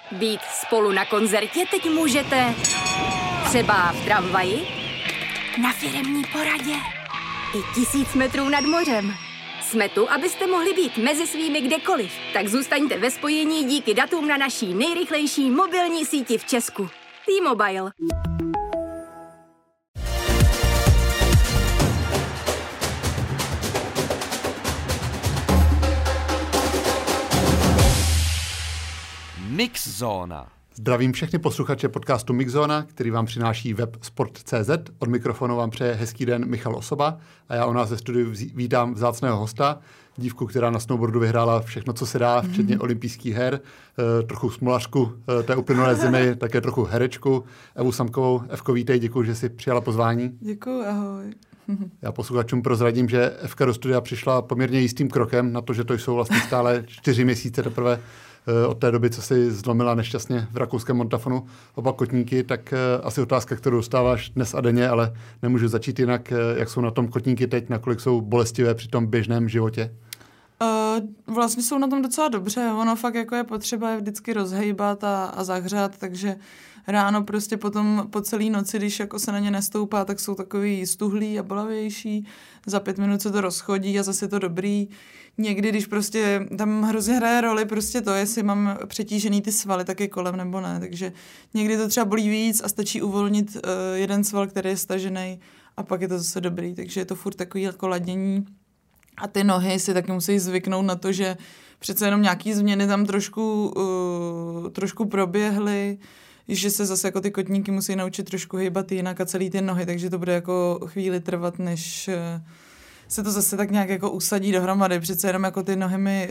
Být spolu na koncertě teď můžete třeba v tramvaji, na firemní poradě i 1000 metrů nad mořem. Jsme tu, abyste mohli být mezi svými kdekoliv. Tak zůstaňte ve spojení díky datům na naší nejrychlejší mobilní síti v Česku. T-Mobile. Mixzóna. Zdravím všechny posluchače podcastu Mixzóna, který vám přináší web Sport.cz. Od mikrofonu vám přeje hezký den Michal Osoba a já u nás ze studiu vítám vzácného hosta, dívku, která na snowboardu vyhrála všechno, co se dá, včetně olympijských her, trochu smolařku té uplynulé zimy, také trochu herečku, Evu Samkovou. Evko, vítej, děkuji, že jsi přijala pozvání. Děkuji, ahoj. Já posluchačům prozradím, že Evka do studia přišla poměrně jistým krokem na to, že to jsou vlastně stále 4 měsíce teprve od té doby, co si zlomila nešťastně v rakouském Montafonu oba kotníky, tak asi otázka, kterou dostáváš dnes a denně, ale nemůžu začít jinak. Jak jsou na tom kotníky teď, nakolik jsou bolestivé při tom běžném životě? Vlastně jsou na tom docela dobře. Ono fakt jako je potřeba je vždycky rozhejbat a zahřát, takže ráno prostě potom po celé noci, když jako se na ně nestoupá, tak jsou takový stuhlý a bolavější. Za 5 minut se to rozchodí a zase je to dobrý. Někdy, když prostě tam hrozně hraje roli prostě to, jestli mám přetížený ty svaly taky kolem nebo ne. Takže někdy to třeba bolí víc a stačí uvolnit jeden sval, který je stažený a pak je to zase dobrý. Takže je to furt takový jako ladění. A ty nohy si taky musí zvyknout na to, že přece jenom nějaký změny tam trošku proběhly, že se zase jako ty kotníky musí naučit trošku hýbat jinak a celý ty nohy, takže to bude jako chvíli trvat, než se to zase tak nějak jako usadí dohromady. Přece jenom jako ty nohy mi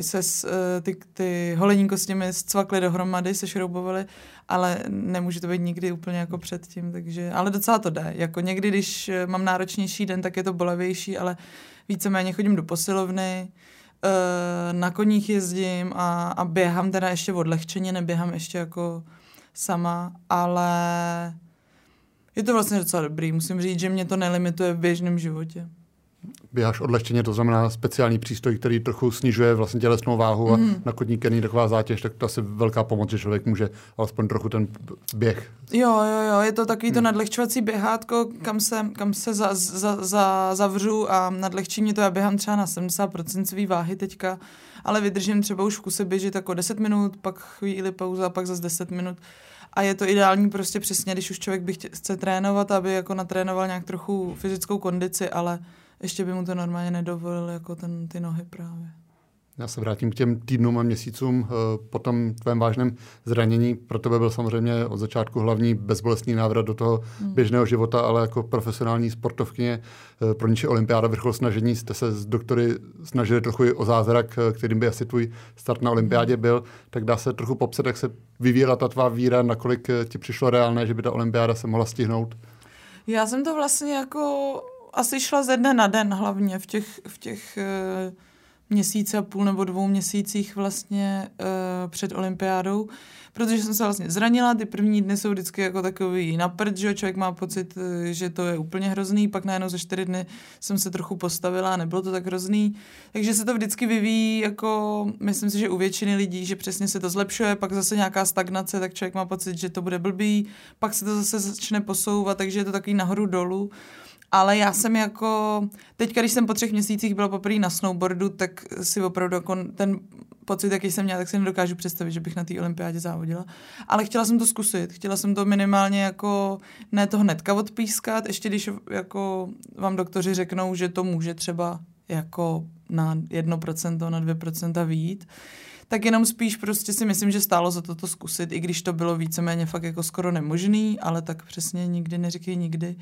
ty holenní kosti mi scvakly dohromady, se šroubovaly, ale nemůže to být nikdy úplně jako předtím, takže, ale docela to jde. Jako někdy, když mám náročnější den, tak je to bolavější, ale víceméně chodím do posilovny, na koních jezdím a běhám teda ještě odlehčeně, neběhám ještě jako sama, ale je to vlastně docela dobrý. Musím říct, že mě to nelimituje v běžném životě. Běháš odlehčeně, to znamená speciální přístroj, který trochu snižuje vlastně tělesnou váhu a na kotník není taková zátěž, tak to asi velká pomoc, že člověk může alespoň trochu ten běh. Jo, je to takový to nadlehčovací běhátko, kam se zavřu a nadlehčí mě to, já běhám třeba na 70% svý váhy teďka, ale vydržím třeba už v kuse běžet jako 10 minut, pak chvíli pauza, pak zase 10 minut. A je to ideální prostě přesně, když už člověk chce trénovat, aby jako natrénoval nějak trochu fyzickou kondici, ale ještě by mu to normálně nedovolil jako ty nohy právě. Já se vrátím k těm týdnům a měsícům po tom tvém vážném zranění. Pro tebe byl samozřejmě od začátku hlavní bezbolestný návrat do toho běžného života, ale jako profesionální sportovkyně pro niče olympiáda vrchol snažení jste se s doktory snažili trochu i o zázrak, kterým by asi tvůj start na olympiádě byl. Tak dá se trochu popsat, jak se vyvíjela ta tvá víra, nakolik ti přišlo reálné, že by ta olympiáda se mohla stihnout? Já jsem to vlastně jako asi šla ze dne na den hlavně v těch měsíce a půl nebo 2 měsících vlastně před olympiádou, protože jsem se vlastně zranila, ty první dny jsou vždycky jako takový na prd, že člověk má pocit, že to je úplně hrozný, pak najednou za 4 dny jsem se trochu postavila a nebylo to tak hrozný, takže se to vždycky vyvíjí jako, myslím si, že u většiny lidí, že přesně se to zlepšuje, pak zase nějaká stagnace, tak člověk má pocit, že to bude blbý, pak se to zase začne posouvat, takže je to takový nahoru dolů. Ale já jsem jako, teďka, když jsem po 3 měsících byla poprvé na snowboardu, tak si opravdu jako ten pocit, jaký jsem měla, tak si nedokážu představit, že bych na té olympiádě závodila. Ale chtěla jsem to zkusit, chtěla jsem to minimálně jako, ne to hnedka odpískat, ještě když jako vám doktoři řeknou, že to může třeba jako na 1%, na 2% vyjít, tak jenom spíš prostě si myslím, že stálo za to zkusit, i když to bylo víceméně fakt jako skoro nemožný, ale tak přesně nikdy neříkej nikdy.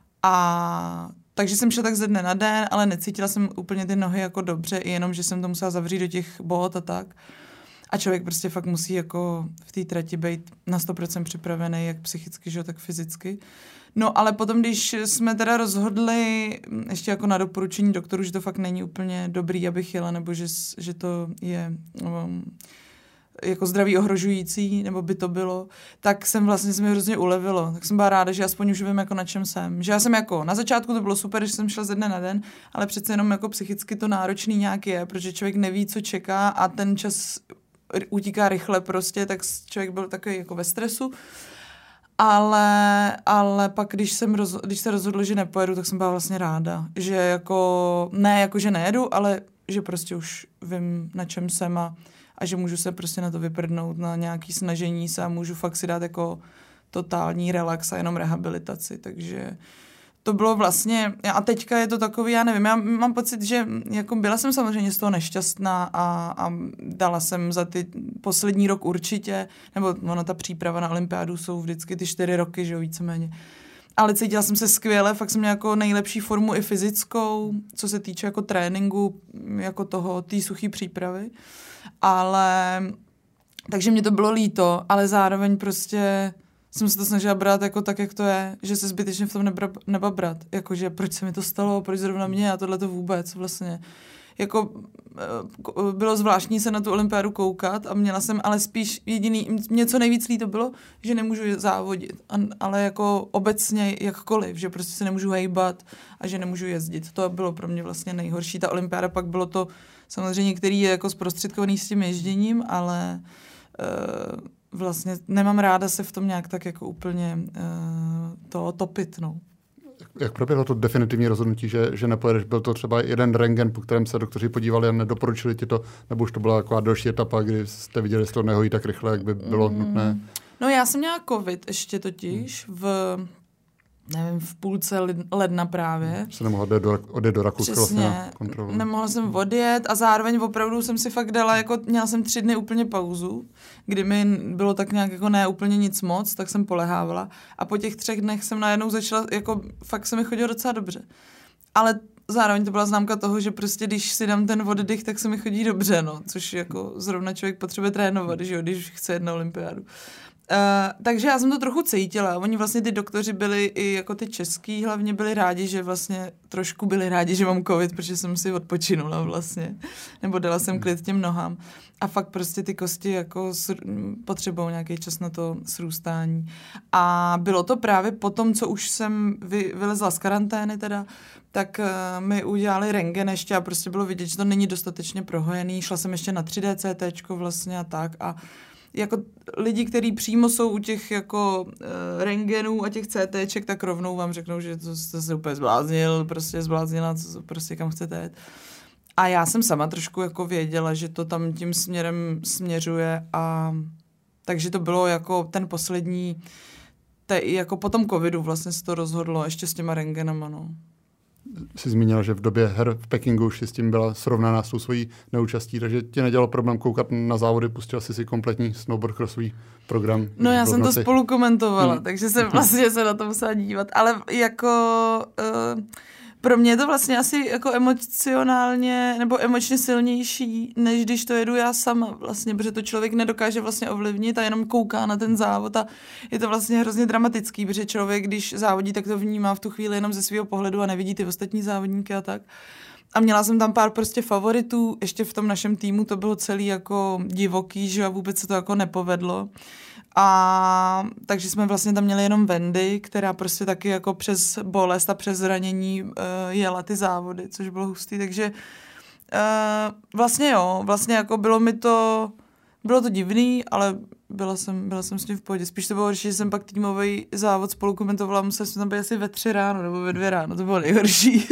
A takže jsem šla tak ze dne na den, ale necítila jsem úplně ty nohy jako dobře, i jenom, že jsem to musela zavřít do těch bot a tak. A člověk prostě fakt musí jako v té trati být na 100% připravený, jak psychicky, že, tak fyzicky. No ale potom, když jsme teda rozhodli, ještě jako na doporučení doktorů, že to fakt není úplně dobrý, abych jela, nebo že to je jako zdraví ohrožující, nebo by to bylo, tak se mi hrozně ulevilo. Tak jsem byla ráda, že aspoň už vím, jako na čem jsem. Že já jsem jako, na začátku to bylo super, že jsem šla ze dne na den, ale přece jenom jako psychicky to náročný nějak je, protože člověk neví, co čeká a ten čas utíká rychle prostě, tak člověk byl takový jako ve stresu. Ale pak, když se rozhodl, že nepojedu, tak jsem byla vlastně ráda. Že jako, ne jako, že nejedu, ale že prostě už vím, na čem jsem a že můžu se prostě na to vyprdnout, na nějaký snažení se a můžu fakt si dát jako totální relax a jenom rehabilitaci, takže to bylo vlastně, a teďka je to takový, já nevím, já mám pocit, že jako byla jsem samozřejmě z toho nešťastná a dala jsem za ty poslední rok určitě, nebo ona ta příprava na olympiádu jsou vždycky ty 4 roky, že jo, víceméně. Ale cítila jsem se skvěle, fakt jsem měla jako nejlepší formu i fyzickou, co se týče jako tréninku, jako té suché přípravy. Ale, takže mě to bylo líto, ale zároveň prostě jsem se to snažila brát jako tak, jak to je, že se zbytečně v tom nebabrat. Jakože proč se mi to stalo, proč zrovna mě a tohle to vůbec vlastně. Jako bylo zvláštní se na tu olympiádu koukat a měla jsem ale spíš mě co nejvíc líto bylo, že nemůžu závodit, ale jako obecně jakkoliv, že prostě se nemůžu hejbat a že nemůžu jezdit. To bylo pro mě vlastně nejhorší. Ta olympiáda pak bylo to samozřejmě, který je jako zprostředkovaný s tím ježděním, ale vlastně nemám ráda se v tom nějak tak jako úplně to topit, no. Jak proběhlo to definitivní rozhodnutí, že nepojedeš? Byl to třeba jeden rentgen, po kterém se doktoři podívali a nedoporučili ti to, nebo už to byla taková další etapa, kdy jste viděli, že to nehojí tak rychle, jak by bylo nutné? No já jsem měla covid ještě totiž v půlce ledna právě. Se nemohla odjet do Rakouska vlastně na kontrolu. Nemohla jsem odjet a zároveň opravdu jsem si fakt dala, jako měla jsem 3 dny úplně pauzu, kdy mi bylo tak nějak jako ne úplně nic moc, tak jsem polehávala a po těch 3 dnech jsem najednou začala, jako fakt se mi chodilo docela dobře. Ale zároveň to byla známka toho, že prostě když si dám ten oddych, tak se mi chodí dobře, no, což jako zrovna člověk potřebuje trénovat, že jo, když chce jet na olympiádu. Takže já jsem to trochu cítila. Oni vlastně ty doktoři byli i jako ty český hlavně byli rádi, že vlastně trošku byli rádi, že mám covid, protože jsem si odpočinula vlastně. Nebo dala jsem klid těm nohám. A fakt prostě ty kosti jako potřebují nějaký čas na to srůstání. A bylo to právě potom, co už jsem vylezla z karantény teda, tak mi udělali rentgen ještě a prostě bylo vidět, že to není dostatečně prohojený. Šla jsem ještě na 3D CTčko vlastně a tak a jako lidi, kteří přímo jsou u těch jako rentgenů a těch CTček, tak rovnou vám řeknou, že to jste se úplně zbláznila, co prostě kam chcete jet. A já jsem sama trošku jako věděla, že to tam tím směrem směřuje a takže to bylo jako ten poslední, jako po tom covidu vlastně se to rozhodlo ještě s těma rentgenama, no. Jsi zmínila, že v době her v Pekingu už s tím byla srovnaná s tou svojí neúčastí, takže ti nedělalo problém koukat na závody, pustila jsi si kompletní snowboardcrossový program. No já jsem to spolu komentovala, takže jsem vlastně se na to musela dívat, ale jako pro mě je to vlastně asi jako emocionálně nebo emočně silnější, než když to jedu já sama vlastně, protože to člověk nedokáže vlastně ovlivnit a jenom kouká na ten závod a je to vlastně hrozně dramatický, protože člověk, když závodí, tak to vnímá v tu chvíli jenom ze svého pohledu a nevidí ty ostatní závodníky a tak. A měla jsem tam pár prostě favoritů, ještě v tom našem týmu to bylo celý jako divoký, že a vůbec se to jako nepovedlo. A takže jsme vlastně tam měli jenom Wendy, která prostě taky jako přes bolest a přes zranění jela ty závody, což bylo hustý, takže vlastně jako bylo to divný, ale byla jsem s tím v pohodě. Spíš to bylo horší, že jsem pak týmový závod spolu komentovala, musela jsem tam být asi ve 3 ráno nebo ve 2 ráno, to bylo nejhorší.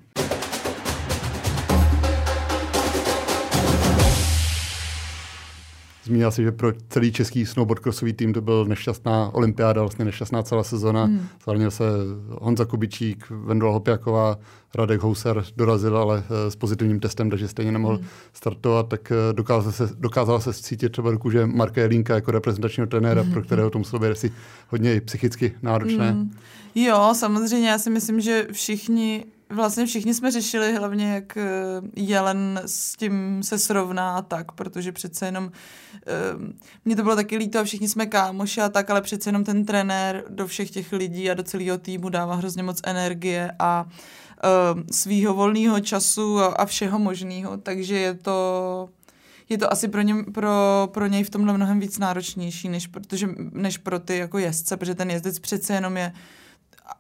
Zmínila si, že pro celý český snowboardcrossový tým to byl nešťastná olympiáda, vlastně nešťastná celá sezona. Zranil se Honza Kubičík, Vendula Hopjáková, Radek Houser dorazil, ale s pozitivním testem, takže stejně nemohl startovat, tak dokázala se cítit třeba do kůže Marka Jelínka jako reprezentačního trenéra, pro kterého to muselo být asi hodně i psychicky náročné. Jo, samozřejmě, já si myslím, že všichni jsme řešili hlavně, jak Jelen s tím se srovná a tak, protože přece jenom mně to bylo taky líto a všichni jsme kámoši a tak, ale přece jenom ten trenér do všech těch lidí a do celého týmu dává hrozně moc energie a svýho volného času a všeho možného, takže je to asi pro něj v tomhle mnohem víc náročnější, než pro ty jako jezdce, protože ten jezdec přece jenom je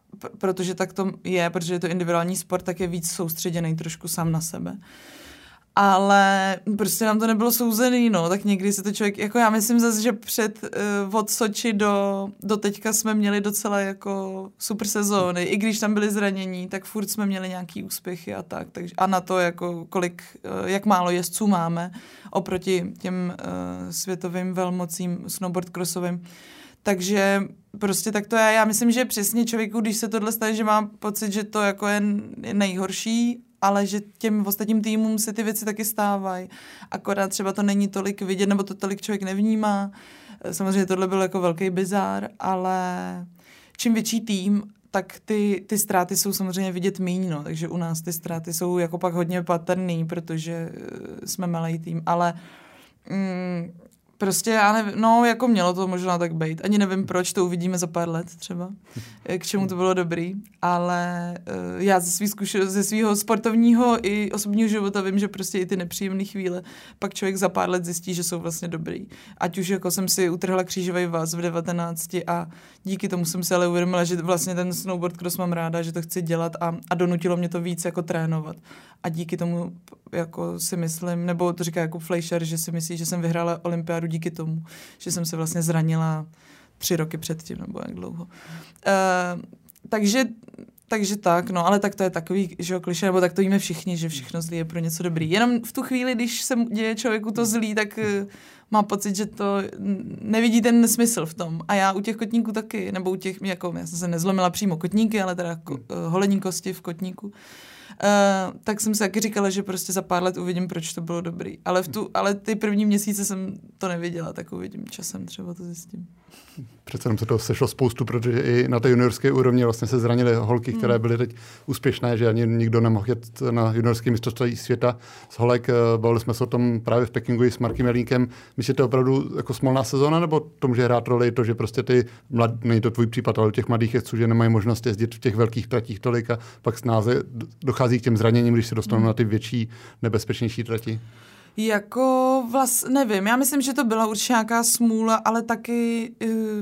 protože tak to je, protože je to individuální sport, tak je víc soustředěný trošku sám na sebe. ale prostě nám to nebylo souzený, no, tak někdy se to člověk, jako já myslím zase, že od Soči do teďka jsme měli docela jako super sezóny, i když tam byly zranění, tak furt jsme měli nějaký úspěchy a tak, takže, a na to, jako jak málo jezdců máme oproti těm světovým velmocím snowboard crossovým. Takže prostě tak to je. Já myslím, že přesně člověku, když se tohle stane, že má pocit, že to jako je nejhorší, ale že těm ostatním týmům se ty věci taky stávají. Akorát třeba to není tolik vidět, nebo to tolik člověk nevnímá. Samozřejmě tohle byl jako velký bizár, ale čím větší tým, tak ty ztráty jsou samozřejmě vidět míň, no. Takže u nás ty ztráty jsou jako pak hodně patrný, protože jsme malý tým, ale prostě já nevím, no jako mělo to možná tak být. Ani nevím proč, to uvidíme za pár let třeba, k čemu to bylo dobrý, ale já ze svého sportovního i osobního života vím, že prostě i ty nepříjemné chvíle pak člověk za pár let zjistí, že jsou vlastně dobrý. Ať už jako jsem si utrhla křížový vaz v 19 a díky tomu jsem si ale uvědomila, že vlastně ten snowboard cross mám ráda, že to chci dělat a donutilo mě to víc jako trénovat. A díky tomu jako si myslím, nebo to říká jako Fleischer, že si myslí, že jsem vyhrála olympiádu díky tomu, že jsem se vlastně zranila 3 roky předtím, nebo jak dlouho. Takže tak, no, ale tak to je takový, že klišé, nebo tak to víme všichni, že všechno zlý je pro něco dobrý. Jenom v tu chvíli, když se děje člověku to zlý, tak má pocit, že to nevidí ten smysl v tom. A já u těch kotníků taky, nebo u těch, jako já jsem se nezlomila přímo kotníky, ale teda holení kosti v kotníku. Tak jsem si taky říkala, že prostě za pár let uvidím, proč to bylo dobrý. Ale ty první měsíce jsem to nevěděla, tak uvidím časem, třeba to zjistím. Přece jenom se to sešlo spoustu, protože i na té juniorské úrovni vlastně se zranily holky, které byly teď úspěšné, že ani nikdo nemohl jet na juniorské mistrovství světa z holek. Bavili jsme se o tom právě v Pekingu s Markem Jelínkem. Myslíte, to opravdu jako smolná sezóna, nebo to může hrát roli to, že prostě není to tvůj případ, ale těch mladých jezdců, že nemají možnost jezdit v těch velkých tratích tolik a pak snáze dochází k těm zraněním, když se dostanou na ty větší, nebezpečnější trati? Jako nevím, já myslím, že to byla určitě nějaká smůla, ale taky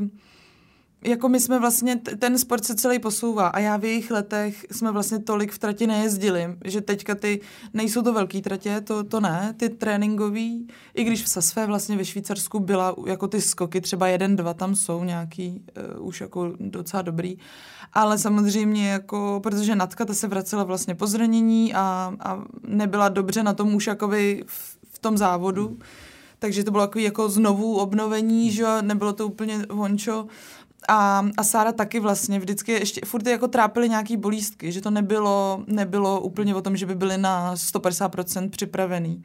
jako my jsme vlastně, ten sport se celý posouvá a já v jejich letech jsme vlastně tolik v trati nejezdili, že teďka nejsou to velký tratě, to ne, ty tréninkový, i když v Sasvé vlastně ve Švýcarsku byla jako ty skoky, třeba 1-2 tam jsou nějaký už jako docela dobrý, ale samozřejmě jako, protože Natka ta se vracela vlastně po zranění a nebyla dobře na tom už jakoby v tom závodu, takže to bylo takový jako znovu obnovení, že nebylo to úplně hončo. A Sára taky vlastně vždycky ještě furt jako trápily nějaký bolístky, že to nebylo úplně o tom, že by byly na 150% připravený.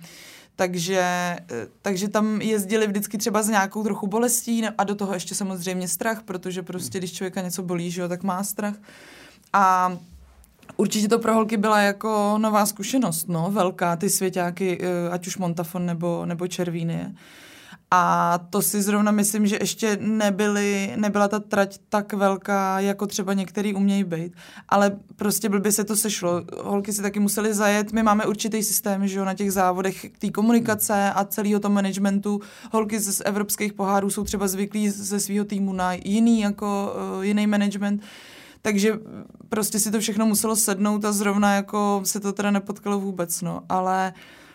Takže tam jezdili vždycky třeba s nějakou trochu bolestí a do toho ještě samozřejmě strach, protože prostě když člověka něco bolí, že jo, tak má strach. A určitě to pro holky byla jako nová zkušenost, no, velká, ty svěťáky, ať už Montafon nebo Červíny. A to si zrovna myslím, že ještě nebyla ta trať tak velká, jako třeba některý umějí být. Ale prostě blbě se to sešlo. Holky si taky musely zajet. My máme určitý systém, že jo, na těch závodech té komunikace a celého toho managementu. Holky z evropských pohárů jsou třeba zvyklí ze svého týmu na jiný management. Takže prostě si to všechno muselo sednout a zrovna jako se to teda nepotkalo vůbec, no. Ale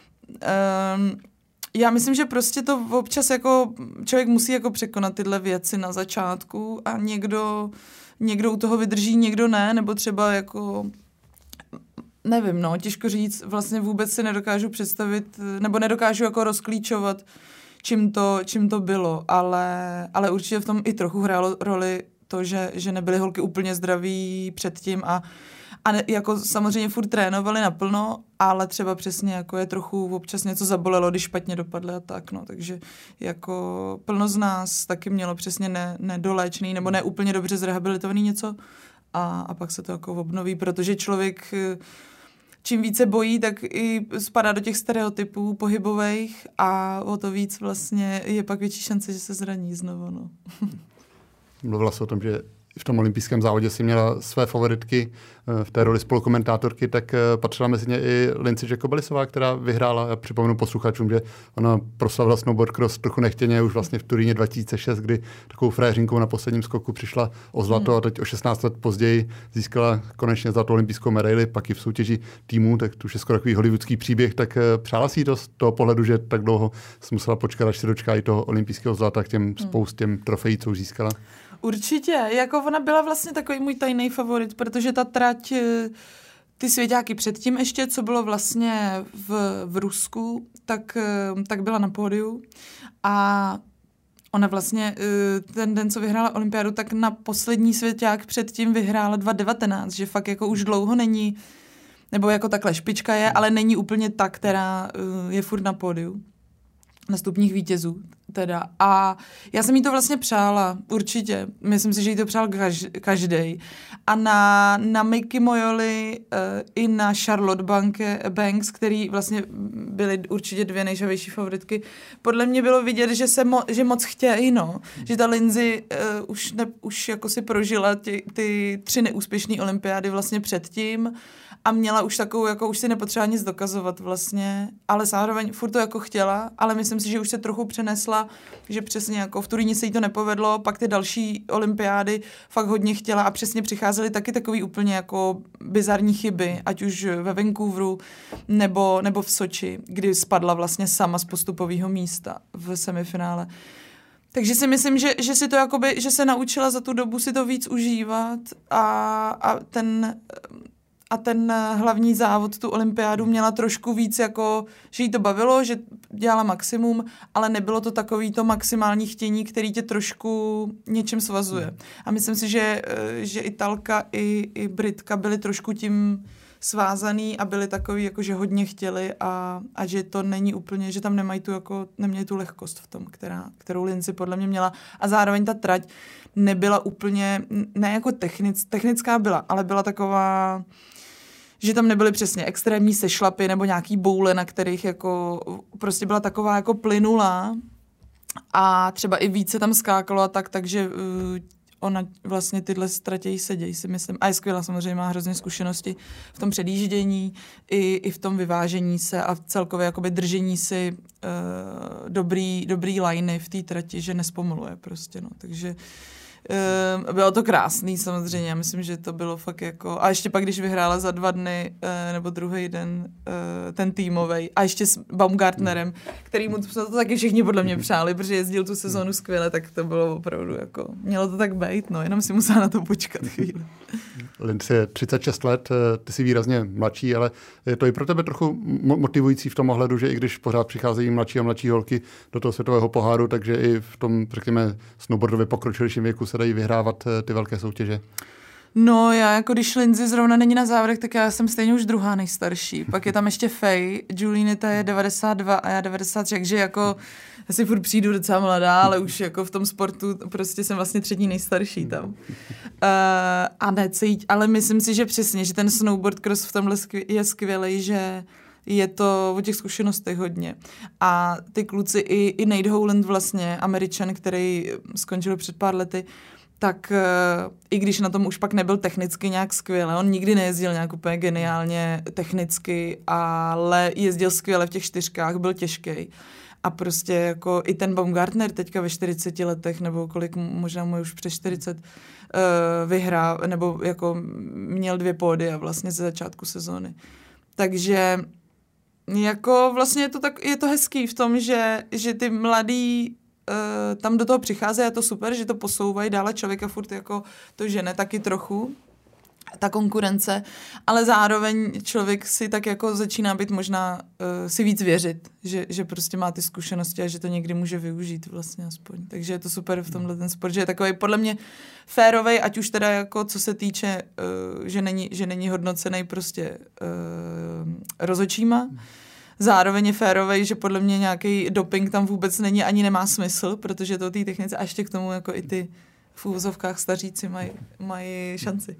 já myslím, že prostě to občas jako člověk musí jako překonat tyhle věci na začátku a někdo u toho vydrží, někdo ne, nebo třeba jako nevím, no, těžko říct, vlastně vůbec si nedokážu představit, nebo nedokážu jako rozklíčovat, čím to bylo, ale určitě v tom i trochu hrálo roli to, že nebyly holky úplně zdraví předtím a jako samozřejmě furt trénovali naplno, ale třeba přesně jako je trochu občas něco zabolelo, když špatně dopadly a tak, no, takže jako plno z nás taky mělo přesně nedoléčený nebo ne úplně dobře zrehabilitovaný něco a pak se to jako obnoví, protože člověk čím více bojí, tak i spadá do těch stereotypů pohybových a o to víc vlastně je pak větší šance, že se zraní znovu, no. Mluvila se o tom, že v tom olympijském závodě si měla své favoritky v té roli spolukomentátorky, tak patřila mezi ně i Lindsey Jacobelisová, která vyhrála. Já připomenu posluchačům, že ona proslavila snowboard cross trochu nechtěně už vlastně v Turíně 2006, kdy takovou fréřinkou na posledním skoku přišla o zlato a teď o 16 let později získala konečně zlatou olympijskou medaili, pak i v soutěži týmů, tak to už je skoro takový hollywoodský příběh, tak přála si to z toho pohledu, že tak dlouho jsem musela počkat, až se dočká i toho olympijského zlata k těm těm trofejí, co už získala. Určitě, jako ona byla vlastně takový můj tajný favorit, protože ta trať, ty svěťáky předtím ještě, co bylo vlastně v Rusku, tak byla na pódiu a ona vlastně ten den, co vyhrála olympiádu, tak na poslední svěťák předtím vyhrála 2019, že fakt jako už dlouho není, nebo jako takhle špička je, ale není úplně ta, která je furt na pódiu. Na stupních vítězů teda. A já jsem jí to vlastně přála, určitě. Myslím si, že jí to přál každej. A na Mickey Moyoli i na Charlotte Banks, který vlastně byly určitě dvě nejžavější favoritky, podle mě bylo vidět, že moc chtějí, no. Že ta Lindsey už jako si prožila ty 3 neúspěšné olympiády vlastně předtím a měla už takovou, jako už si nepotřeba nic dokazovat vlastně, ale zároveň furt to jako chtěla, ale myslím si, že už se trochu přenesla, že přesně jako v Turíně se jí to nepovedlo, pak ty další olympiády fakt hodně chtěla a přesně přicházely taky takový úplně jako bizarní chyby, ať už ve Vancouveru nebo v Soči, kdy spadla vlastně sama z postupového místa v semifinále. Takže si myslím, že si to jakoby, že se naučila za tu dobu si to víc užívat a ten hlavní závod, tu olympiádu, měla trošku víc jako, že jí to bavilo, že dělala maximum, ale nebylo to takový to maximální chtění, který tě trošku něčem svazuje. A myslím si, že Italka i Britka byly trošku tím svázaný a byli takový, jako že hodně chtěli a že to není úplně, že tam neměli tu lehkost v tom, kterou Lindsey podle mě měla. A zároveň ta trať nebyla úplně, ne jako technická byla, ale byla taková, že tam nebyly přesně extrémní sešlapy nebo nějaký boule, na kterých jako prostě byla taková jako plynulá a třeba i více tam skákalo a takže ona vlastně tyhle ztratějí sedějí, si myslím. A je skvělá, samozřejmě má hrozně zkušenosti v tom předjíždění i v tom vyvážení se a celkově jakoby držení si dobrý liney v té trati, že nespomaluje prostě, no. Takže bylo to krásný samozřejmě, já myslím, že to bylo fakt jako, a ještě pak, když vyhrála za 2 dny nebo druhý den ten týmovej a ještě s Baumgartnerem, kterýmu to taky všichni podle mě přáli, protože jezdil tu sezónu skvěle, tak to bylo opravdu jako, mělo to tak být, no, jenom si musela na to počkat chvíli. Lindsey je 36 let, ty jsi výrazně mladší, ale je to i pro tebe trochu motivující v tom ohledu, že i když pořád přicházejí mladší a mladší holky do toho světového poháru, takže i v tom, řekněme, snowboardově pokročilejším věku se dají vyhrávat ty velké soutěže. No, já jako když Lindsey zrovna není na závodech, tak já jsem stejně už druhá nejstarší. Pak je tam ještě Faye, Julianita je 92 a já 93, takže jako já si furt přijdu docela mladá, ale už jako v tom sportu prostě jsem vlastně 3. nejstarší tam. A necít, ale myslím si, že přesně, že ten snowboard cross v tomhle je skvělý, že je to o těch zkušenostech hodně. A ty kluci i Nate Howland vlastně, Američan, který skončil před pár lety, tak i když na tom už pak nebyl technicky nějak skvěle, on nikdy nejezdil nějak úplně geniálně technicky, ale jezdil skvěle v těch 4, byl těžký. A prostě jako i ten Baumgartner teďka ve 40 letech, nebo kolik, možná mu už přes 40, vyhrál, nebo jako měl 2 pódia vlastně ze začátku sezóny. Takže jako vlastně je to hezký v tom, že ty mladí tam do toho přichází, je to super, že to posouvají dále člověka furt jako to žene taky trochu, ta konkurence, ale zároveň člověk si tak jako začíná být možná si víc věřit, že prostě má ty zkušenosti a že to někdy může využít vlastně aspoň. Takže je to super v tomhle ten sport, že je takový podle mě férovej, ať už teda jako co se týče, že není hodnocený prostě rozhodčíma. Zároveň je férovej, že podle mě nějaký doping tam vůbec není, ani nemá smysl, protože to té technice a ještě k tomu jako i ty v úvozovkách staříci mají šanci.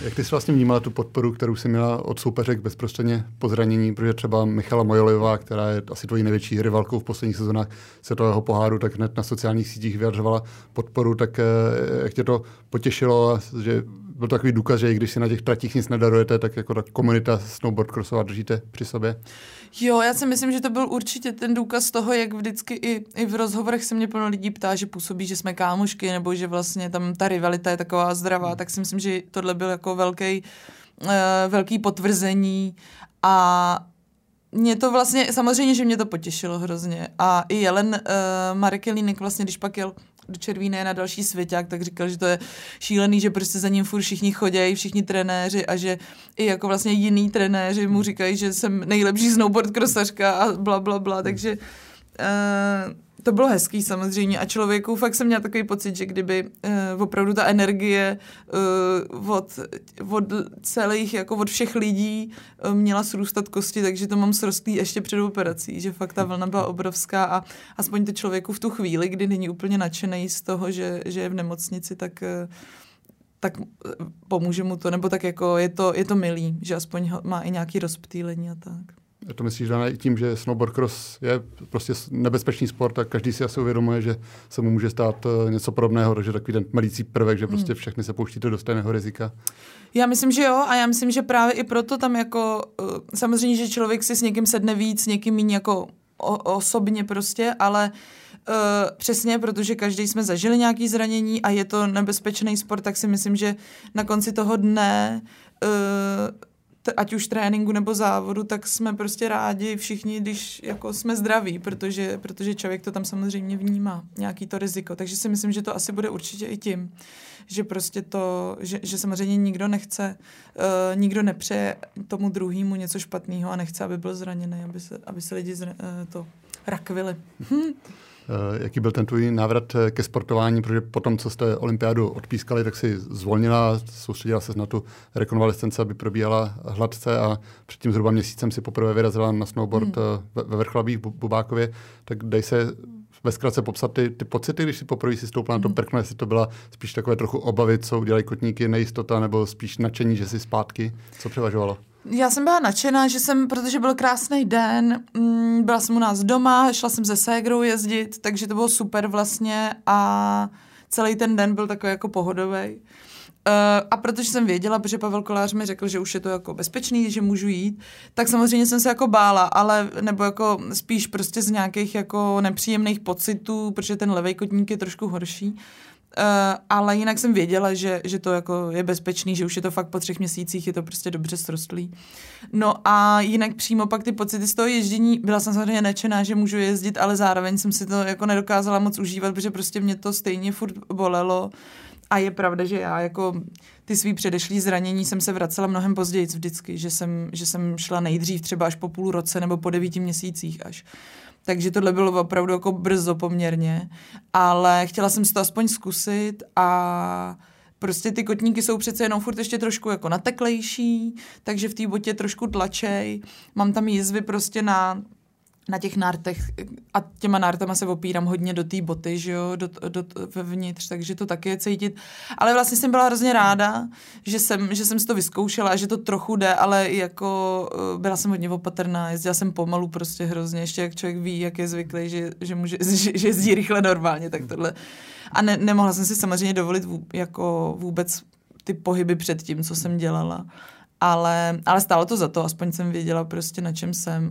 Jak ty jsi vlastně vnímala tu podporu, kterou jsi měla od soupeřek bezprostředně po zranění, protože třeba Michala Mojolivová, která je asi tvojí největší rivalkou v posledních sezónách světového poháru, tak hned na sociálních sítích vyjadřovala podporu, tak jak tě to potěšilo, že byl to takový důkaz, že i když si na těch tratích nic nedarujete, tak jako ta komunita snowboard crossová držíte při sobě? Jo, já si myslím, že to byl určitě ten důkaz toho, jak vždycky i v rozhovorech se mě plno lidí ptá, že působí, že jsme kámošky, nebo že vlastně tam ta rivalita je taková zdravá, tak si myslím, že tohle byl jako velký potvrzení a mě to vlastně, samozřejmě, že mě to potěšilo hrozně. A i Jelen Marek Jelínek vlastně, když pak jel do Červíné na další svěťák, tak říkal, že to je šílený, že prostě za ním furt všichni chodějí, všichni trenéři a že i jako vlastně jiný trenéři mu říkají, že jsem nejlepší snowboard crossařka a bla, bla, bla, takže to bylo hezký samozřejmě a člověku fakt jsem měla takový pocit, že kdyby opravdu ta energie od celých, jako od všech lidí měla srůstat kosti, takže to mám srostlý ještě před operací, že fakt ta vlna byla obrovská a aspoň to člověku v tu chvíli, kdy není úplně nadšený z toho, že je v nemocnici, tak pomůže mu to, nebo tak jako je to milý, že aspoň má i nějaký rozptýlení a tak. To myslíš, Dana, i tím, že snowboard cross je prostě nebezpečný sport a každý si asi uvědomuje, že se mu může stát něco podobného, takže takový ten malící prvek, že prostě všechny se pouštíte do stejného rizika. Já myslím, že jo a já myslím, že právě i proto tam jako samozřejmě, že člověk si s někým sedne víc, někým méně jako osobně prostě, ale přesně, protože každý jsme zažili nějaké zranění a je to nebezpečný sport, tak si myslím, že na konci toho dne ať už tréninku nebo závodu, tak jsme prostě rádi všichni, když jako jsme zdraví, protože člověk to tam samozřejmě vnímá, nějaký to riziko. Takže si myslím, že to asi bude určitě i tím, že prostě že samozřejmě nikdo nechce, nikdo nepřeje tomu druhému něco špatného a nechce, aby byl zraněný, aby se lidi to rakvili. Jaký byl ten tvůj návrat ke sportování, protože potom, co jste olympiádu odpískali, tak si zvolnila, soustředila se na tu rekonvalescenci, aby probíhala hladce a před tím zhruba měsícem si poprvé vyrazila na snowboard ve Vrchlabí v Bubákově. Tak dej se ve zkratce popsat ty pocity, když si poprvé si stoupla na to prkno, jestli to byla spíš takové trochu obavy, co udělají kotníky, nejistota, nebo spíš nadšení, že jsi zpátky, co převažovalo? Já jsem byla nadšená, protože byl krásný den, byla jsem u nás doma, šla jsem se ségrou jezdit, takže to bylo super vlastně a celý ten den byl takový jako pohodový. A protože jsem věděla, protože Pavel Kolář mi řekl, že už je to jako bezpečný, že můžu jít, tak samozřejmě jsem se jako bála, ale nebo jako spíš prostě z nějakých jako nepříjemných pocitů, protože ten levej kotník je trošku horší. Ale jinak jsem věděla, že to jako je bezpečný, že už je to fakt po 3 měsících, je to prostě dobře srostlý. No a jinak přímo pak ty pocity z toho ježdění, byla jsem samozřejmě nadšená, že můžu jezdit, ale zároveň jsem si to jako nedokázala moc užívat, protože prostě mě to stejně furt bolelo. A je pravda, že já jako ty svý předešlý zranění jsem se vracela mnohem později vždycky, že jsem šla nejdřív třeba až po půl roce nebo po 9 měsících až. Takže tohle bylo opravdu jako brzo poměrně, ale chtěla jsem si to aspoň zkusit a prostě ty kotníky jsou přece jenom furt ještě trošku jako nateklejší, takže v té botě trošku tlačej. Mám tam jizvy prostě na těch nártech a těma nártama se opírám hodně do té boty, že jo, vevnitř, takže to taky je cítit. Ale vlastně jsem byla hrozně ráda, že jsem si to vyzkoušela a že to trochu jde, ale jako byla jsem hodně opatrná, jezdila jsem pomalu prostě hrozně, ještě jak člověk ví, jak je zvyklý, že jezdí rychle normálně, tak tohle. A nemohla jsem si samozřejmě dovolit jako vůbec ty pohyby před tím, co jsem dělala. Ale stálo to za to, aspoň jsem věděla prostě, na čem jsem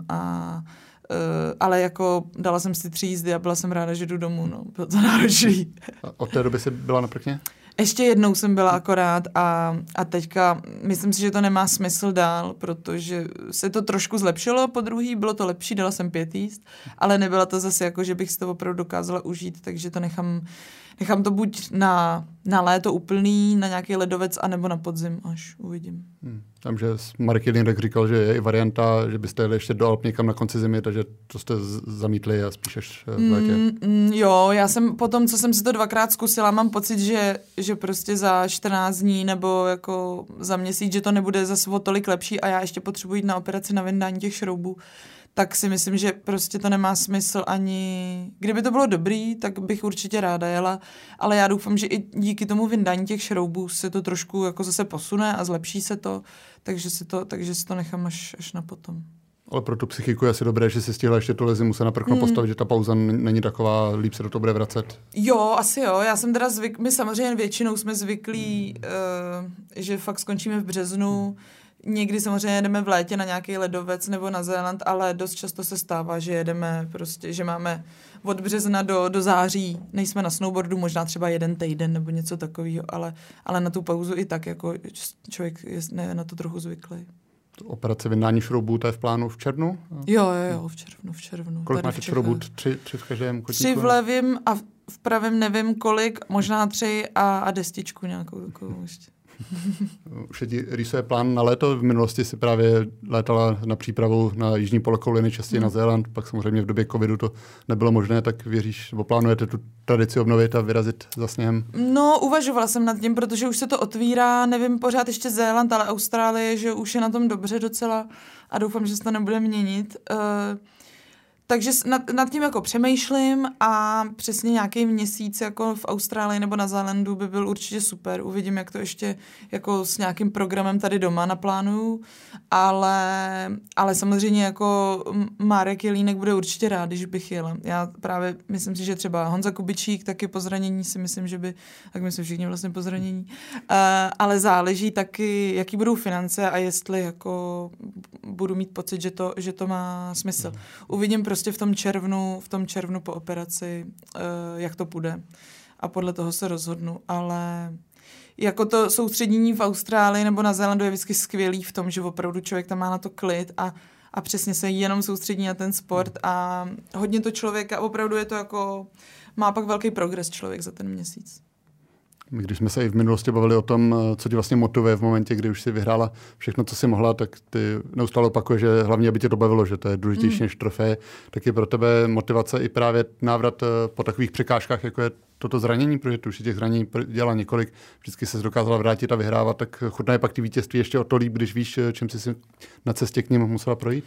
ale jako dala jsem si 3 jízdy a byla jsem ráda, že jdu domů, no. Bylo to náročný. A od té doby jsi byla na prkně? Ještě jednou jsem byla akorát a teďka myslím si, že to nemá smysl dál, protože se to trošku zlepšilo po druhý, bylo to lepší, dala jsem 5 jízd, ale nebyla to zase jako, že bych si to opravdu dokázala užít, takže to nechám to buď na léto úplný, na nějaký ledovec, anebo na podzim, až uvidím. Tam, že Marek Jelínek říkal, že je i varianta, že byste jeli ještě do Alp někam na konci zimy, takže to jste zamítli a spíš až v létě. Jo, já jsem potom, co jsem si to 2krát zkusila, mám pocit, že prostě za 14 dní nebo jako za měsíc, že to nebude zase o tolik lepší a já ještě potřebuji jít na operaci na vyndání těch šroubů. tak si myslím, že prostě to nemá smysl ani... Kdyby to bylo dobrý, tak bych určitě ráda jela, ale já doufám, že i díky tomu vyndání těch šroubů se to trošku jako zase posune a zlepší se to, takže si to nechám až na potom. Ale pro tu psychiku je asi dobré, že si stihla ještě tu zimu se na prkno postavit, že ta pauza není taková, líp se do toho bude vracet. Jo, asi jo. Já jsem teda my samozřejmě většinou jsme zvyklí, že fakt skončíme v březnu. Někdy samozřejmě jedeme v létě na nějaký ledovec nebo na Zéland, ale dost často se stává, že jedeme prostě, že máme od března do září, nejsme na snowboardu, možná třeba 1 týden nebo něco takového, ale na tu pauzu i tak, jako člověk je na to trochu zvyklý. Operace vyndání šroubů, to je v plánu v červnu? Jo, v červnu. Kolik máte šroubů? 3 v každém kotníku? 3 v levém a v pravém nevím kolik, možná 3 a destičku nějakou takovou ještě. Už se ti rýsuje plán na léto? V minulosti si právě létala na přípravu na jižní polokouliny, častěji na Zéland, pak samozřejmě v době covidu to nebylo možné, tak věříš, nebo plánujete tu tradici obnovit a vyrazit za sněhem? No, uvažovala jsem nad tím, protože už se to otvírá, nevím pořád ještě Zéland, ale Austrálie, že už je na tom dobře docela a doufám, že se to nebude měnit. Takže nad tím jako přemýšlím a přesně nějaký měsíc jako v Austrálii nebo na Zélandu by byl určitě super. Uvidím, jak to ještě jako s nějakým programem tady doma naplánuju, ale samozřejmě jako Marek Jelínek bude určitě rád, když bych jela. Já právě myslím si, že třeba Honza Kubičík taky po zranění si myslím, že by, tak my jsme všichni vlastně po zranění, ale záleží taky, jaký budou finance a jestli jako budu mít pocit, že to má smysl. Uvidím prostě v tom červnu po operaci, jak to půjde. A podle toho se rozhodnu. Ale jako to soustředění v Austrálii nebo na Zélandu je vždycky skvělý v tom, že opravdu člověk tam má na to klid a přesně se jenom soustředí na ten sport a hodně to člověka, opravdu je to jako, má pak velký progres člověk za ten měsíc. Když jsme se i v minulosti bavili o tom, co tě vlastně motivuje v momentě, kdy už si vyhrála všechno, co si mohla, tak ty neustále opakuješ, že hlavně, aby tě to bavilo, že to je důležitější než trofeje. Tak je pro tebe motivace i právě návrat po takových překážkách, jako je toto zranění, protože ty už si těch zranění dělala několik, vždycky se dokázala vrátit a vyhrávat, tak chutná je pak ty vítězství ještě o to líp, když víš, čím jsi si na cestě k nim musela projít?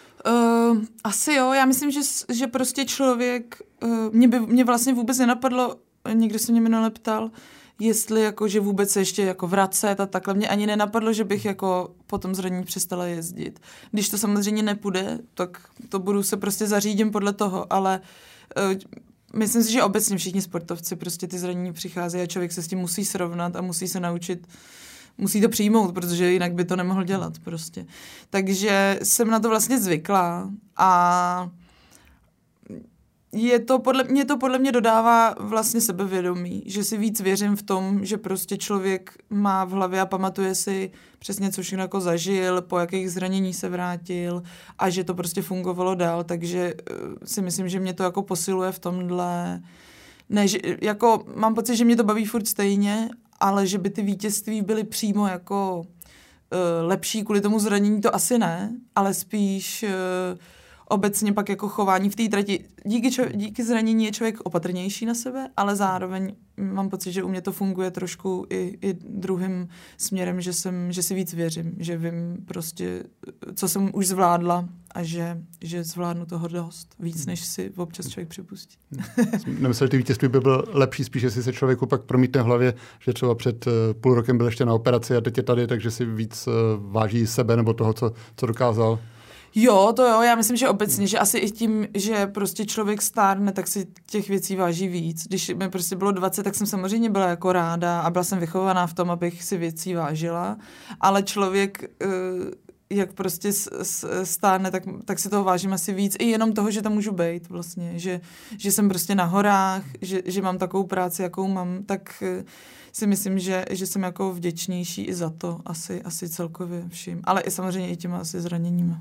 Asi jo, já myslím, že prostě člověk, mě vlastně vůbec nenapadlo, někdo se mě minule ptal, jestli jako, že vůbec se ještě jako vracet a takhle. Mě ani nenapadlo, že bych jako po tom zranění přestala jezdit. Když to samozřejmě nepůjde, tak to budu se prostě zařídím podle toho, ale myslím si, že obecně všichni sportovci prostě ty zranění přicházejí a člověk se s tím musí srovnat a musí se naučit, musí to přijmout, protože jinak by to nemohl dělat prostě. Takže jsem na to vlastně zvyklá a podle mě dodává vlastně sebevědomí, že si víc věřím v tom, že prostě člověk má v hlavě a pamatuje si přesně, co všechno jako zažil, po jakých zranění se vrátil a že to prostě fungovalo dál, takže si myslím, že mě to jako posiluje v tomhle. Ne, že, jako mám pocit, že mě to baví furt stejně, ale že by ty vítězství byly přímo jako lepší kvůli tomu zranění, to asi ne, ale spíš obecně pak jako chování v té trati. Díky zranění je člověk opatrnější na sebe, ale zároveň mám pocit, že u mě to funguje trošku i druhým směrem, že si víc věřím, že vím prostě, co jsem už zvládla a že zvládnu toho dost víc, než si občas člověk připustí. Nemyslel, že ty vítězství by bylo lepší, spíš, jestli se člověku pak promítne v hlavě, že třeba před půl rokem byl ještě na operaci a teď je tady, takže si víc váží sebe nebo toho, co dokázal. Jo, to jo, já myslím, že obecně, že asi i tím, že prostě člověk stárne, tak si těch věcí váží víc. Když mi prostě bylo 20, tak jsem samozřejmě byla jako ráda a byla jsem vychovaná v tom, abych si věcí vážila, ale člověk, jak prostě stárne, tak si toho vážím asi víc. I jenom toho, že tam můžu být vlastně, že jsem prostě na horách, že mám takovou práci, jakou mám, tak si myslím, že jsem jako vděčnější i za to asi celkově vším. Ale i samozřejmě i těma asi zraněníma.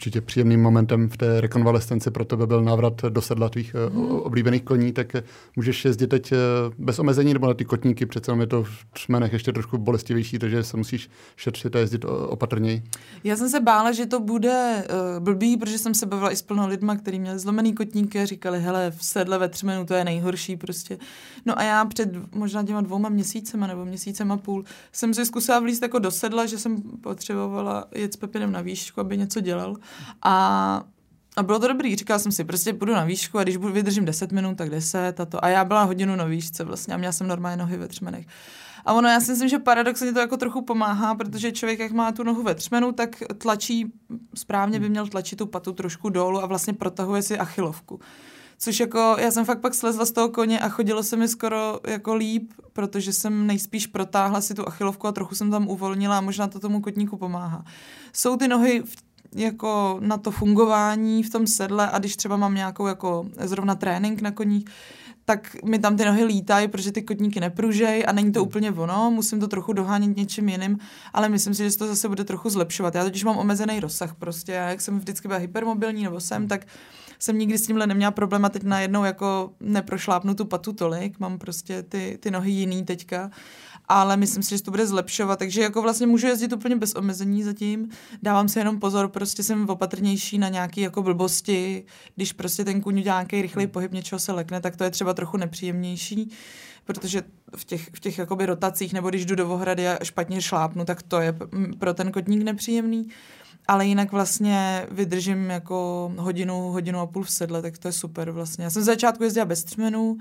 určitě příjemným momentem v té rekonvalescenci pro tebe byl návrat do sedla tvých oblíbených koní, tak můžeš jezdit teď bez omezení, nebo na ty kotníky, přece jenom je to v třmenech ještě trošku bolestivější, takže se musíš šetřit a jezdit opatrněji. Já jsem se bála, že to bude blbý, protože jsem se bavila i s plnou lidma, kteří měli zlomený kotníky a říkali, hele, v sedle ve třmenu to je nejhorší prostě. No a já před možná těma 2 měsícema nebo měsícem a půl jsem si zkusila vlízt jako do sedla, že jsem potřebovala jet s Pepinem na výšku, aby něco dělal. A bylo to dobrý, říkala jsem si, prostě půjdu na výšku a když vydržím 10 minut, tak 10 a to. A já byla hodinu na výšce vlastně a měla jsem normálně nohy ve třmenech. A ono, já si myslím, že paradoxně to jako trochu pomáhá, protože člověk, jak má tu nohu ve třmenu, tak tlačí, správně by měl tlačit tu patu trošku dolů a vlastně protahuje si achilovku. Což jako, já jsem fakt pak slezla z toho koně a chodilo se mi skoro jako líp, protože jsem nejspíš protáhla si tu achilovku a trochu jsem tam uvolnila a možná to tomu kotníku pomáhá. Jsou ty nohy jako na to fungování v tom sedle a když třeba mám nějakou jako zrovna trénink na koních, tak mi tam ty nohy lítají, protože ty kotníky nepružej a není to úplně ono, musím to trochu dohánět něčím jiným, ale myslím si, že to zase bude trochu zlepšovat. Já totiž mám omezený rozsah prostě, já jak jsem vždycky byla hypermobilní nebo tak jsem nikdy s tímhle neměla problém a teď najednou jako neprošlápnu tu patu tolik, mám prostě ty nohy jiný teďka, ale myslím si, že to bude zlepšovat, takže jako vlastně můžu jezdit úplně bez omezení zatím, dávám si jenom pozor, prostě jsem opatrnější na nějaký jako blbosti, když prostě ten kůň udělá nějaký rychlej pohyb, něčeho se lekne, tak to je třeba trochu nepříjemnější, protože v těch jakoby rotacích, nebo když jdu do ohrady a špatně šlápnu, tak to je pro ten kotník nepříjemný. Ale jinak vlastně vydržím jako hodinu a půl v sedle, tak to je super vlastně. Já jsem z začátku jezdila bez třmenů,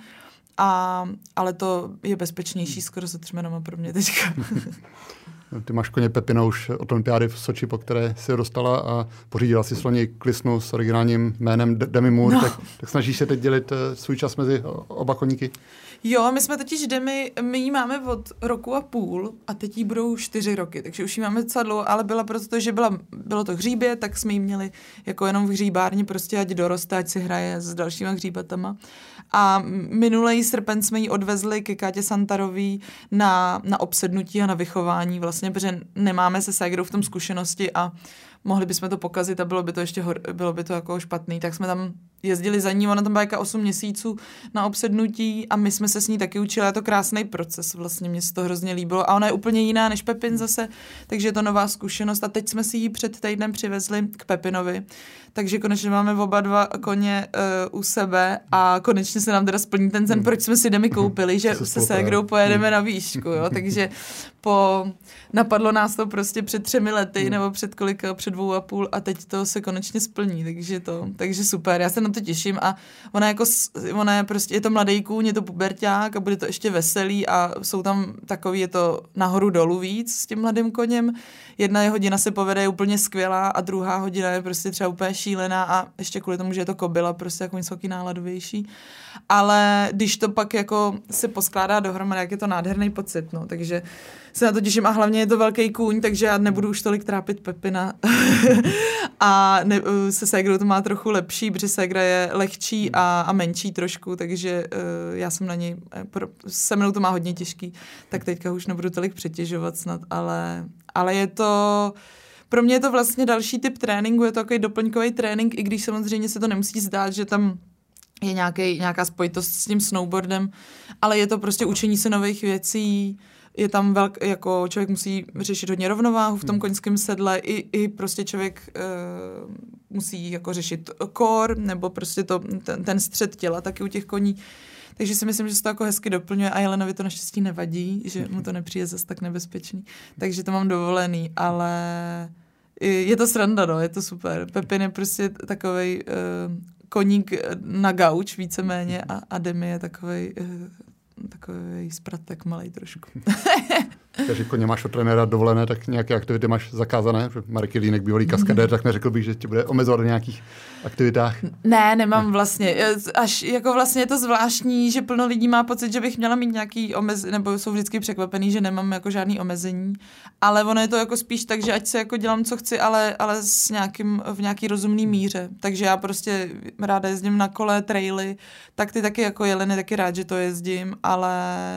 ale to je bezpečnější skoro se třmenama pro mě teďka. Ty máš koně Pepina už od olympiády v Soči, po které si dostala a pořídila si sloni Klisnu s originálním jménem Demi Moore, no. tak snažíš se teď dělit svůj čas mezi oba koníky? Jo, my jsme totiž Demi, my ji máme od 1,5 roku a teď jí budou 4 roky, takže už ji máme docela dlouho, ale byla proto, že bylo to hříbě, tak jsme ji měli jako jenom v hříbárně, prostě ať doroste, ať si hraje s dalšíma hříbatama. A minulý srpen jsme ji odvezli ke Kátě Santarový na obsednutí a na vychování vlastně, protože nemáme se ségrou v tom zkušenosti a mohli bychom to pokazit a bylo by to jako špatný, tak jsme tam jezdili za ní, ona tam byla jako 8 měsíců na obsednutí a my jsme se s ní taky učili, je to krásný proces, vlastně mě se to hrozně líbilo a ona je úplně jiná než Pepin zase, takže je to nová zkušenost a teď jsme si ji před týdnem přivezli k Pepinovi, takže konečně máme oba 2 koně u sebe a konečně se nám teda splní ten sen, proč jsme si Demi koupili, že se ségrou pojedeme na výšku, jo, takže napadlo nás to prostě před 3 lety nebo před 2,5 a teď to se konečně splní, takže super, já se na to těším a ona je prostě, je to mladý kůň, je to puberťák a bude to ještě veselý a jsou tam takový, je to nahoru dolů víc s tím mladým koněm, jedna hodina se povede, je úplně skvělá a druhá hodina je prostě třeba úplně šílená a ještě kvůli tomu, že je to kobyla, prostě jako něco náladovější, ale když to pak jako se poskládá dohromady, jak je to nádherný pocit, no, takže se na to těším a hlavně je to velký kůň, takže já nebudu už tolik trápit Pepina a se ségrou to má trochu lepší, protože ségra je lehčí a menší trošku, takže já jsem na něj, se mnou to má hodně těžký, tak teďka už nebudu tolik přetěžovat snad, ale je to, pro mě je to vlastně další typ tréninku, je to takový doplňkový trénink, i když samozřejmě se to nemusí zdát, že tam je nějaká spojitost s tím snowboardem, ale je to prostě učení se nových věcí, je tam jako člověk musí řešit hodně rovnováhu v tom koňském sedle, i prostě člověk musí jako řešit core, nebo prostě ten střed těla taky u těch koní. Takže si myslím, že se to jako hezky doplňuje a Jelenovi to naštěstí nevadí, že mu to nepřijde zase tak nebezpečný. Takže to mám dovolený, ale je to sranda, no, je to super. Pepin je prostě takovej koník na gauč víceméně a Demi je takovej spratek malej trošku. Takže koně máš od trenéra dovolené, tak nějaké aktivity máš zakázané? Marek Jelínek, bývalý kaskadér, tak neřekl bych, že tě bude omezovat v nějakých aktivitách? Ne, nemám vlastně. Až jako vlastně je to zvláštní, že plno lidí má pocit, že bych měla mít nějaký omezení, nebo jsou vždycky překvapený, že nemám jako žádný omezení. Ale ono je to jako spíš tak, že ať se jako dělám, co chci, ale v nějaký rozumný míře. Takže já prostě ráda jezdím na kole, traily, tak ty taky jako Jeleny taky rád, že to jezdím, ale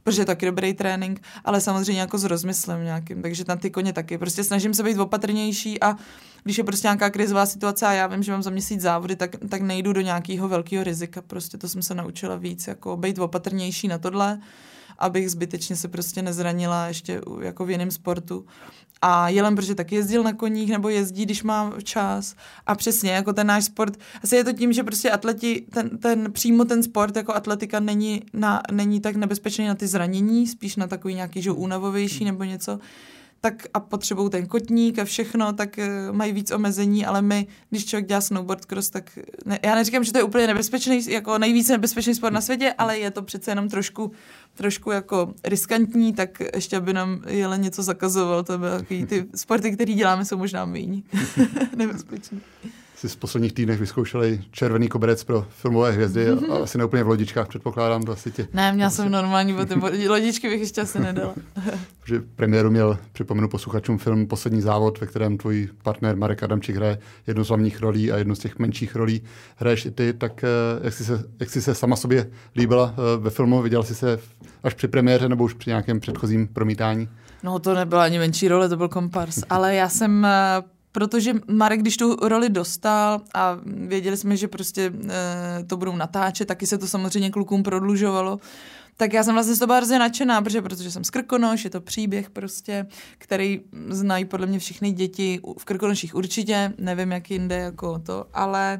protože je taky dobrý trénink, ale samozřejmě jako s rozmyslem nějakým, takže na ty koně taky. Prostě snažím se být opatrnější a když je prostě nějaká krizová situace a já vím, že mám za měsíc závody, tak nejdu do nějakého velkého rizika. Prostě to jsem se naučila víc, jako být opatrnější na tohle, abych zbytečně se prostě nezranila ještě jako v jiném sportu. A Jelem, protože taky jezdil na koních nebo jezdí, když má čas. A přesně, jako ten náš sport, asi je to tím, že prostě atleti, přímo ten sport jako atletika není tak nebezpečný na ty zranění, spíš na takový nějaký, že únavovější nebo něco. Tak a potřebují ten kotník a všechno, tak mají víc omezení, ale my, když člověk dělá snowboard cross, tak já neříkám, že to je úplně nebezpečný, jako nejvíc nebezpečný sport na světě, ale je to přece jenom trošku jako riskantní, tak ještě aby nám Jelen něco zakazoval, to by takový ty sporty, které děláme, jsou možná méně nebezpečný. Si v posledních týdnech vyzkoušeli červený koberec pro filmové hvězdy a asi ne úplně v lodičkách, předpokládám, to asi tě. Ne, měla jsem normální boty, lodičky bych ještě asi nedala. Protože premiéru měl, připomenu posluchačům, film Poslední závod, ve kterém tvůj partner Marek Adamčík hraje jednu z hlavních rolí a jednu z těch menších rolí hraješ i ty, tak jak jsi se sama sobě líbila ve filmu, viděla jsi se až při premiéře nebo už při nějakém předchozím promítání? No to nebyla ani menší role, to byl kompars, ale já jsem... Protože Marek, když tu roli dostal a věděli jsme, že prostě to budou natáčet, taky se to samozřejmě klukům prodlužovalo, tak já jsem vlastně z toho byla hrozně nadšená, protože jsem z Krkonoš, je to příběh prostě, který znají podle mě všechny děti, v Krkonoších určitě, nevím jak jinde jako to, ale...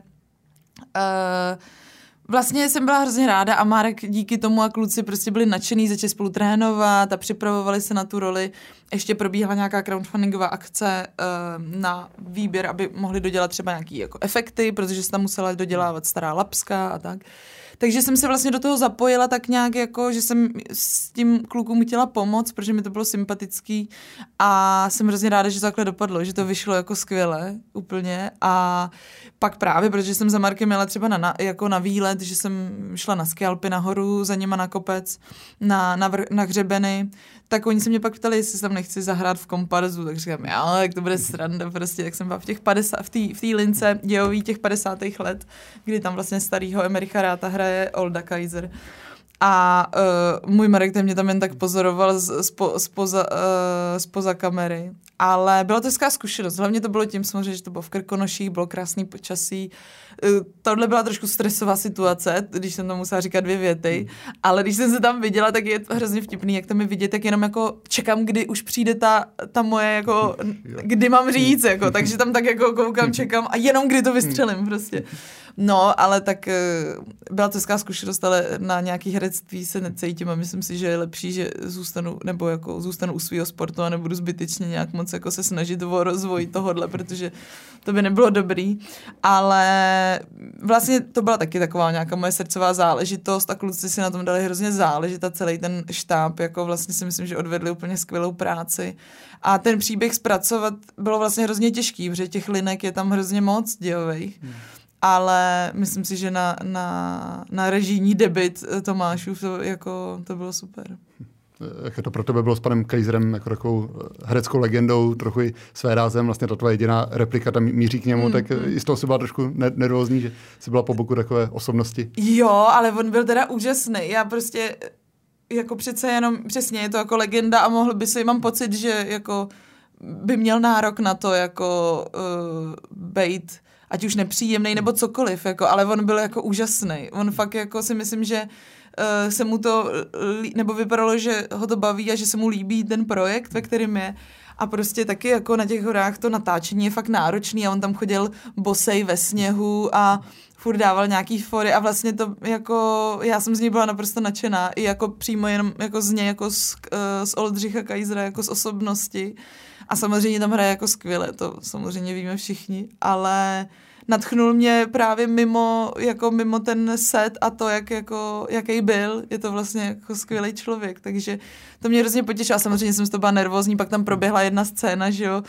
Vlastně jsem byla hrozně ráda a Marek díky tomu a kluci prostě byli nadšený, začali spolu trénovat a připravovali se na tu roli. Ještě probíhala nějaká crowdfundingová akce na výběr, aby mohli dodělat třeba nějaký jako efekty, protože se tam musela dodělávat stará lapska a tak. Takže jsem se vlastně do toho zapojila tak nějak jako, že jsem s tím klukům chtěla pomoct, protože mi to bylo sympatický a jsem hrozně ráda, že to takhle dopadlo, že to vyšlo jako skvěle úplně a pak právě, protože jsem za Markem jela třeba na výlet, že jsem šla na ski Alpy nahoru, za nima na kopec, na hřebeny, tak oni se mě pak ptali, jestli tam nechci zahrát v komparzu, tak říkám, já, jak to bude sranda prostě, tak jsem byla v té lince dějový těch 50. let, kdy tam vlastně starýho Emericha Ráta hraje Olda Kaiser. A můj Marek ten mě tam jen tak pozoroval spoza kamery. Ale byla to hezká zkušenost. Hlavně to bylo tím samozřejmě, že to bylo v Krkonoších, bylo krásný počasí. Tohle byla trošku stresová situace, když jsem tam musela říkat 2 věty, ale když jsem se tam viděla, tak je to hrozně vtipný, jak tam je vidět, tak jenom jako čekám, kdy už přijde ta moje, jako, kdy mám říct, jako, takže tam tak jako koukám, čekám a jenom kdy to vystřelím prostě. No, ale tak byla to hezká zkušenost, ale na nějaký herectví se necítím a myslím si, že je lepší, že zůstanu u svého sportu a nebudu zbytečně nějak moc jako se snažit o rozvoj tohodle, protože to by nebylo dobrý, ale vlastně to byla taky taková nějaká moje srdcová záležitost a kluci si na tom dali hrozně záležit a celý ten štáb, jako vlastně si myslím, že odvedli úplně skvělou práci a ten příběh zpracovat bylo vlastně hrozně těžký, protože těch linek je tam hrozně moc dějových. Ale myslím si, že na režijní debut Tomášův to bylo super. Jak to pro tebe bylo s panem Kaiserem jako takovou hereckou legendou, trochu i své rázem, vlastně ta tvoje jediná replika tam míří k němu, tak i z toho si byla trošku nervózní, že jsi byla po boku takové osobnosti. Jo, ale on byl teda úžasný. Já prostě jako přece jenom, přesně je to jako legenda a mohl by si, mám pocit, že jako by měl nárok na to jako bejt ať už nepříjemnej nebo cokoliv, jako, ale on byl jako úžasný. On fakt jako si myslím, že se mu to, nebo vypadalo, že ho to baví a že se mu líbí ten projekt, ve kterém je. A prostě taky jako na těch horách to natáčení je fakt náročný a on tam chodil bosej ve sněhu a furt dával nějaký fory a vlastně to jako, já jsem z něj byla naprosto nadšená i jako přímo jenom jako z něj, jako z Oldřicha Kaisera, jako z osobnosti. A samozřejmě tam hraje jako skvěle, to samozřejmě víme všichni, ale nadchnul mě právě mimo ten set a to, jaký byl, je to vlastně jako skvělý člověk, takže to mě hrozně potěšilo a samozřejmě jsem z toho byla nervózní, pak tam proběhla jedna scéna, že jo,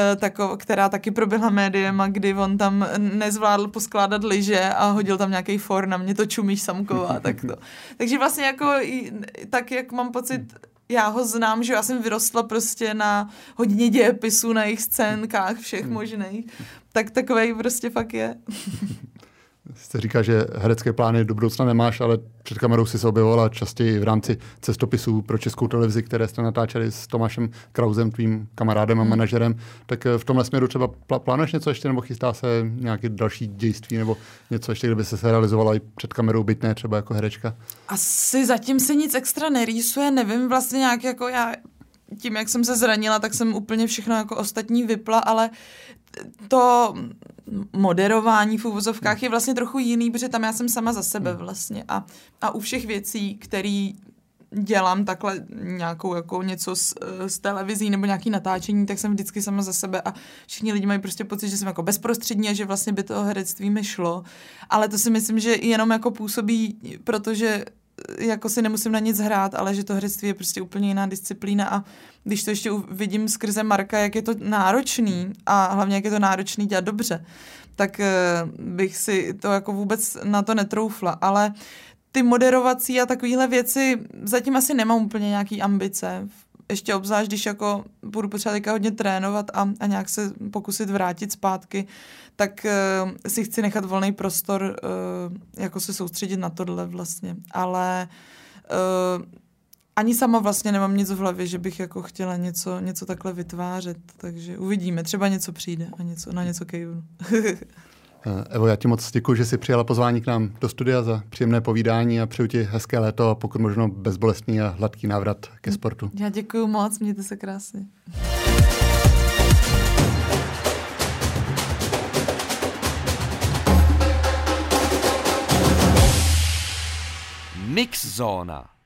která taky proběhla médiem a kdy on tam nezvládl poskládat lyže a hodil tam nějaký for na mě, to čumíš Samková, tak to. Takže vlastně jako tak, jak mám pocit, já ho znám, že já jsem vyrostla prostě na hodině dějepisů, na jejich scénkách všech možných, tak takovej prostě fakt je. Jste říká, že herecké plány do budoucna nemáš, ale před kamerou si se objevovala častěji v rámci cestopisů pro Českou televizi, které jste natáčeli s Tomášem Krausem, tvým kamarádem a manažerem. Tak v tomhle směru třeba plánuješ něco ještě, nebo chystá se nějaké další dějství, nebo něco ještě, kde by se realizovala i před kamerou, byť ne třeba jako herečka? Asi zatím se nic extra nerýsuje, nevím vlastně nějak jako já tím, jak jsem se zranila, tak jsem úplně všechno jako ostatní vypla, ale to moderování v uvozovkách je vlastně trochu jiný, protože tam já jsem sama za sebe vlastně a u všech věcí, které dělám takhle nějakou jako něco z televizí nebo nějaký natáčení, tak jsem vždycky sama za sebe a všichni lidi mají prostě pocit, že jsem jako bezprostřední a že vlastně by toho herectví mi šlo, ale to si myslím, že jenom jako působí, protože jako si nemusím na nic hrát, ale že to herectví je prostě úplně jiná disciplína a když to ještě vidím skrze Marka, jak je to náročný a hlavně jak je to náročný dělat dobře, tak bych si to jako vůbec na to netroufla, ale ty moderovací a takovéhle věci zatím asi nemám úplně nějaký ambice. Ještě obzvlášť, když jako budu potřebovat teďka hodně trénovat a nějak se pokusit vrátit zpátky, tak si chci nechat volný prostor, jako se soustředit na tohle vlastně. Ale ani sama vlastně nemám nic v hlavě, že bych jako chtěla něco takhle vytvářet, takže uvidíme. Třeba něco přijde a na něco kejvnu. Evo, já ti moc děkuji, že jsi přijala pozvání k nám do studia za příjemné povídání a přeju ti hezké léto a pokud možno bezbolestný a hladký návrat ke sportu. Já děkuji moc, mějte se krásně. Mix Zóna.